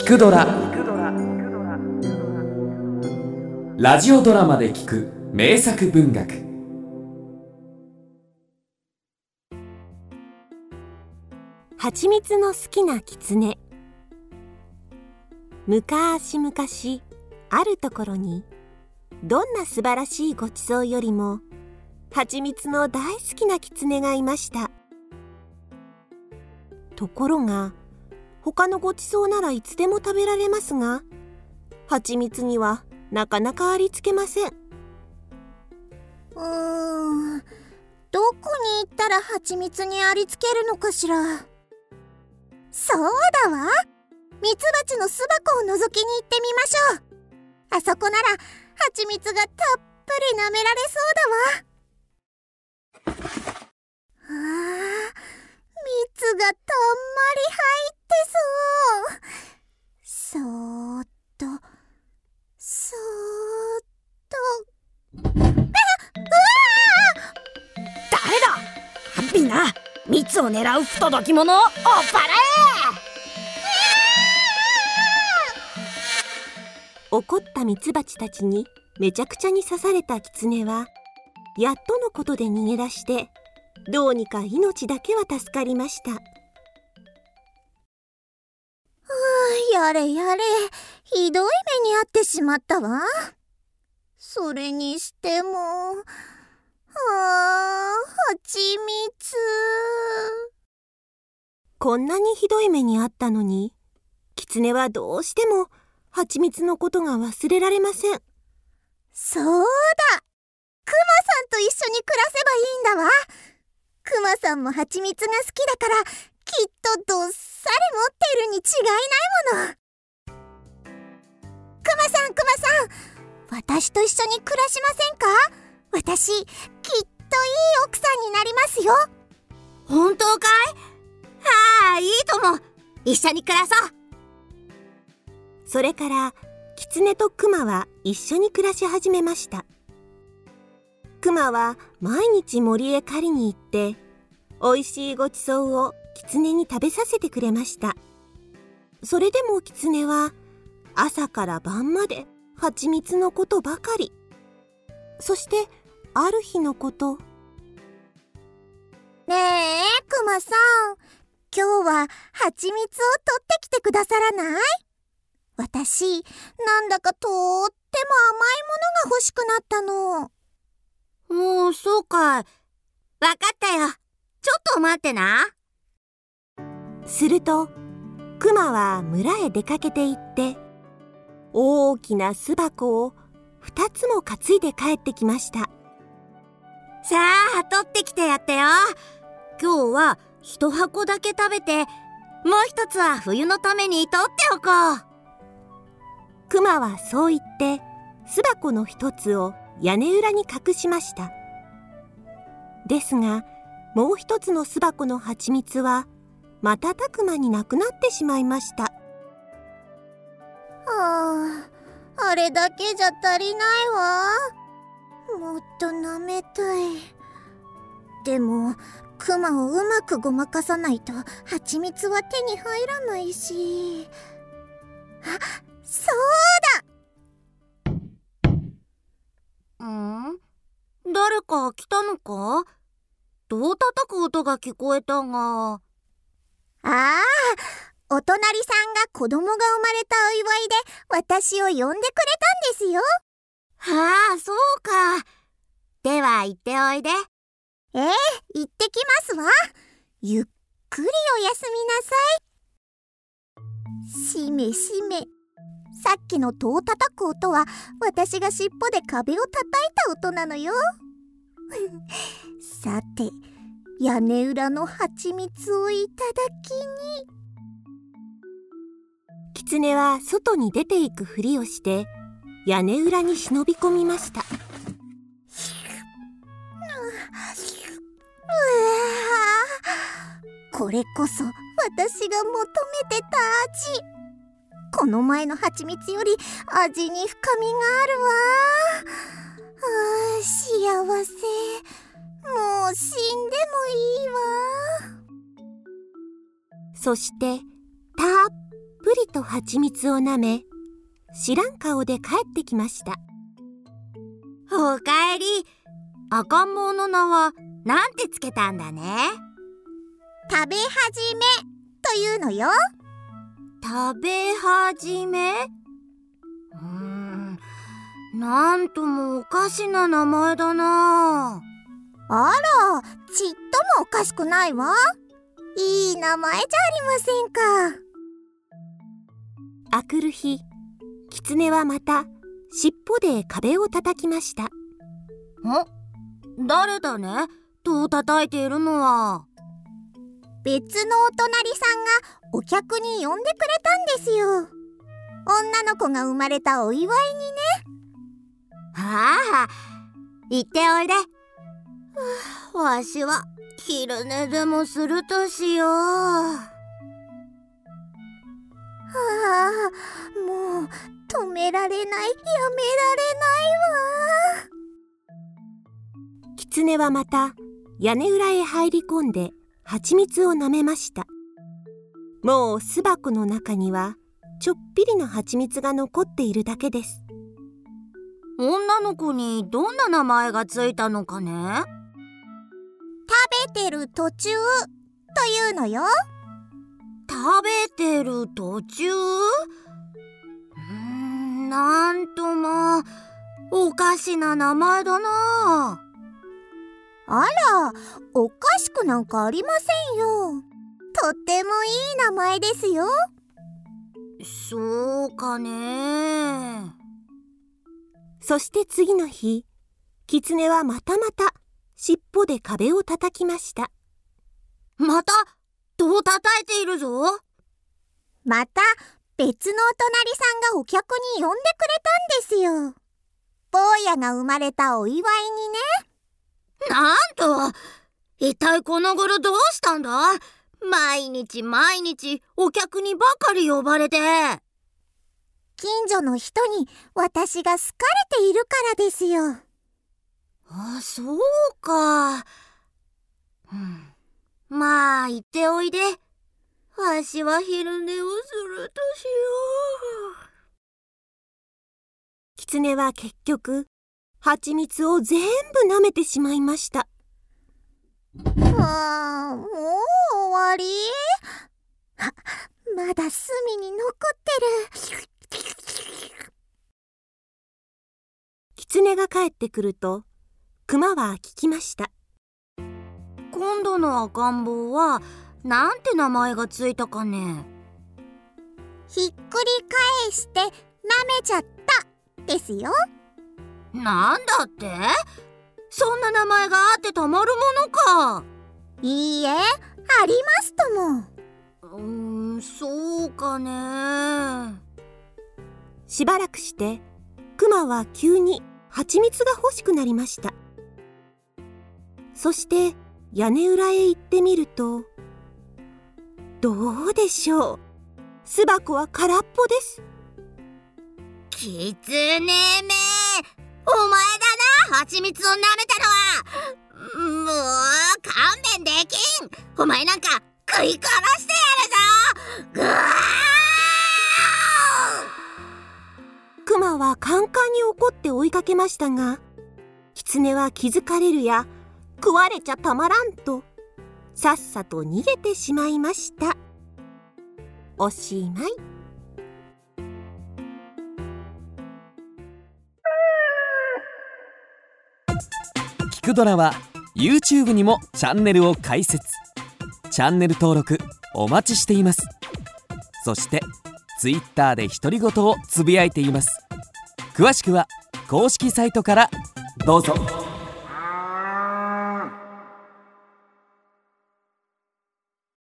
聞くドラ」ラジオドラマで聞く名作文学。 はちみつの好きなキツネ。むかしむかしあるところに、どんな素晴らしいごちそうよりもはちみつの大好きなキツネがいました。ところが他のごちそうならいつでも食べられますが、はちみつにはなかなかありつけません。 どこに行ったらはちみつにありつけるのかしら。そうだわ、ミツバチの巣箱を覗きに行ってみましょう。あそこならはちみつがたっぷり舐められそうだわ。蜜がたんまり入ってそう。そーっとそーっと。 誰だみんな、蜜を狙う不届き者、追っ払え！ 怒ったミツバチたちにめちゃくちゃに刺されたキツネは、やっとのことで逃げ出して、どうにか命だけは助かりました。 やれやれ、ひどい目に遭ってしまったわ。それにしても、はちみつ。 こんなにひどい目に遭ったのに、キツネはどうしてもはちみつのことが忘れられません。 そうだ、クマさんと一緒に暮らせばいいんだわ。クマさんもはちみつが好きだから、きっとどっさり持っているに違いないもの。クマさん、私と一緒に暮らしませんか？私、きっといい奥さんになりますよ。 本当かい？はあ、いいとも。一緒に暮らそう。 それからキツネとクマは一緒に暮らし始めました。クマは毎日森へ狩りに行って、おいしいごちそうをキツネに食べさせてくれました。それでもキツネは朝から晩まではちみつのことばかり。そしてある日のこと。 ねえ、クマさん、今日ははちみつを取ってきてくださらない？私、なんだかとっても甘いものが欲しくなったの。 おー、そうかい。わかったよ。ちょっと待ってな。 するとクマは村へ出かけて行って、大きな巣箱を2つも担いで帰ってきました。 さあ、取ってきてやってよ。今日は1箱だけ食べて、もう1つは冬のために取っておこう。 クマはそう言って巣箱の1つを屋根裏に隠しました。ですがもう1つの巣箱のはちみつは瞬く間になくなってしまいました。 あれだけじゃ足りないわ。もっと舐めたい。でもクマをうまくごまかさないとはちみつは手に入らないし。そうだ！ 誰か来たのか？戸を叩く音が聞こえたが。 お隣さんが子供が生まれたお祝いで私を呼んでくれたんですよ。 はあ、そうか。では行っておいで。 行ってきますわ。ゆっくりおやすみなさい。しめしめ。さっきの戸を叩く音は私が尻尾で壁を叩いた音なのよ。さて、屋根裏のはちみつをいただきに。 キツネは外に出ていくふりをして屋根裏に忍び込みました。 これこそ私が求めてた味。この前のはちみつより味に深みがあるわ。幸せ。もう死んでもいいわ。 そしてたっぷりと蜂蜜をなめ、知らん顔で帰ってきました。 おかえり。赤ん坊の名はなんてつけたんだね。 食べ始めというのよ。 食べ始め？なんともおかしな名前だな。 あら、ちっともおかしくないわ。いい名前じゃありませんか。 あくる日、狐はまた尻尾で壁を叩きました。 誰だねと叩いているのは。 別のお隣さんがお客に呼んでくれたんですよ。女の子が生まれたお祝いにね。 ああ、行っておいで。わしは昼寝でもするとしよう。 もう止められない、やめられないわ。 狐はまた屋根裏へ入り込んで蜂蜜を舐めました。もう巣箱の中にはちょっぴりの蜂蜜が残っているだけです。 女の子にどんな名前がついたのかね。 食べてる途中というのよ。 食べてる途中？なんともおかしな名前だな。 あら、おかしくなんかありませんよ。とってもいい名前ですよ。 そうかね。 そして次の日、狐はまた尻尾で壁を叩きました。 また戸を叩いているぞ。 また別のお隣さんがお客に呼んでくれたんですよ。坊やが生まれたお祝いにね。 なんと、一体この頃どうしたんだ？毎日お客にばかり呼ばれて。 近所の人に私が好かれているからですよ。 あ、そうか。まあ、行っておいで。わしは昼寝をするとしよう。 狐は結局、蜂蜜を全部舐めてしまいました。 もう終わり？まだ隅に残ってる。 狐が帰ってくると、熊は聞きました。 今度の赤ん坊はなんて名前がついたかね。 ひっくり返して舐めちゃったですよ。 なんだって？そんな名前があってたまるものか。 いいえ、ありますとも。 そうかね。 しばらくして熊は急に蜂蜜が欲しくなりました。そして屋根裏へ行ってみると、どうでしょう、巣箱は空っぽです。 キツネめ、お前だな、蜂蜜を舐めたのは。もう勘弁できん。お前なんか食い殺してやるぞ。ぐわー。 熊はカンカンに怒って追いかけましたが、狐は気づかれるや食われちゃたまらんと、さっさと逃げてしまいました。おしまい。 聞くドラは YouTube にもチャンネルを開設。チャンネル登録お待ちしています。そして Twitter で独り言をつぶやいています。詳しくは公式サイトからどうぞ。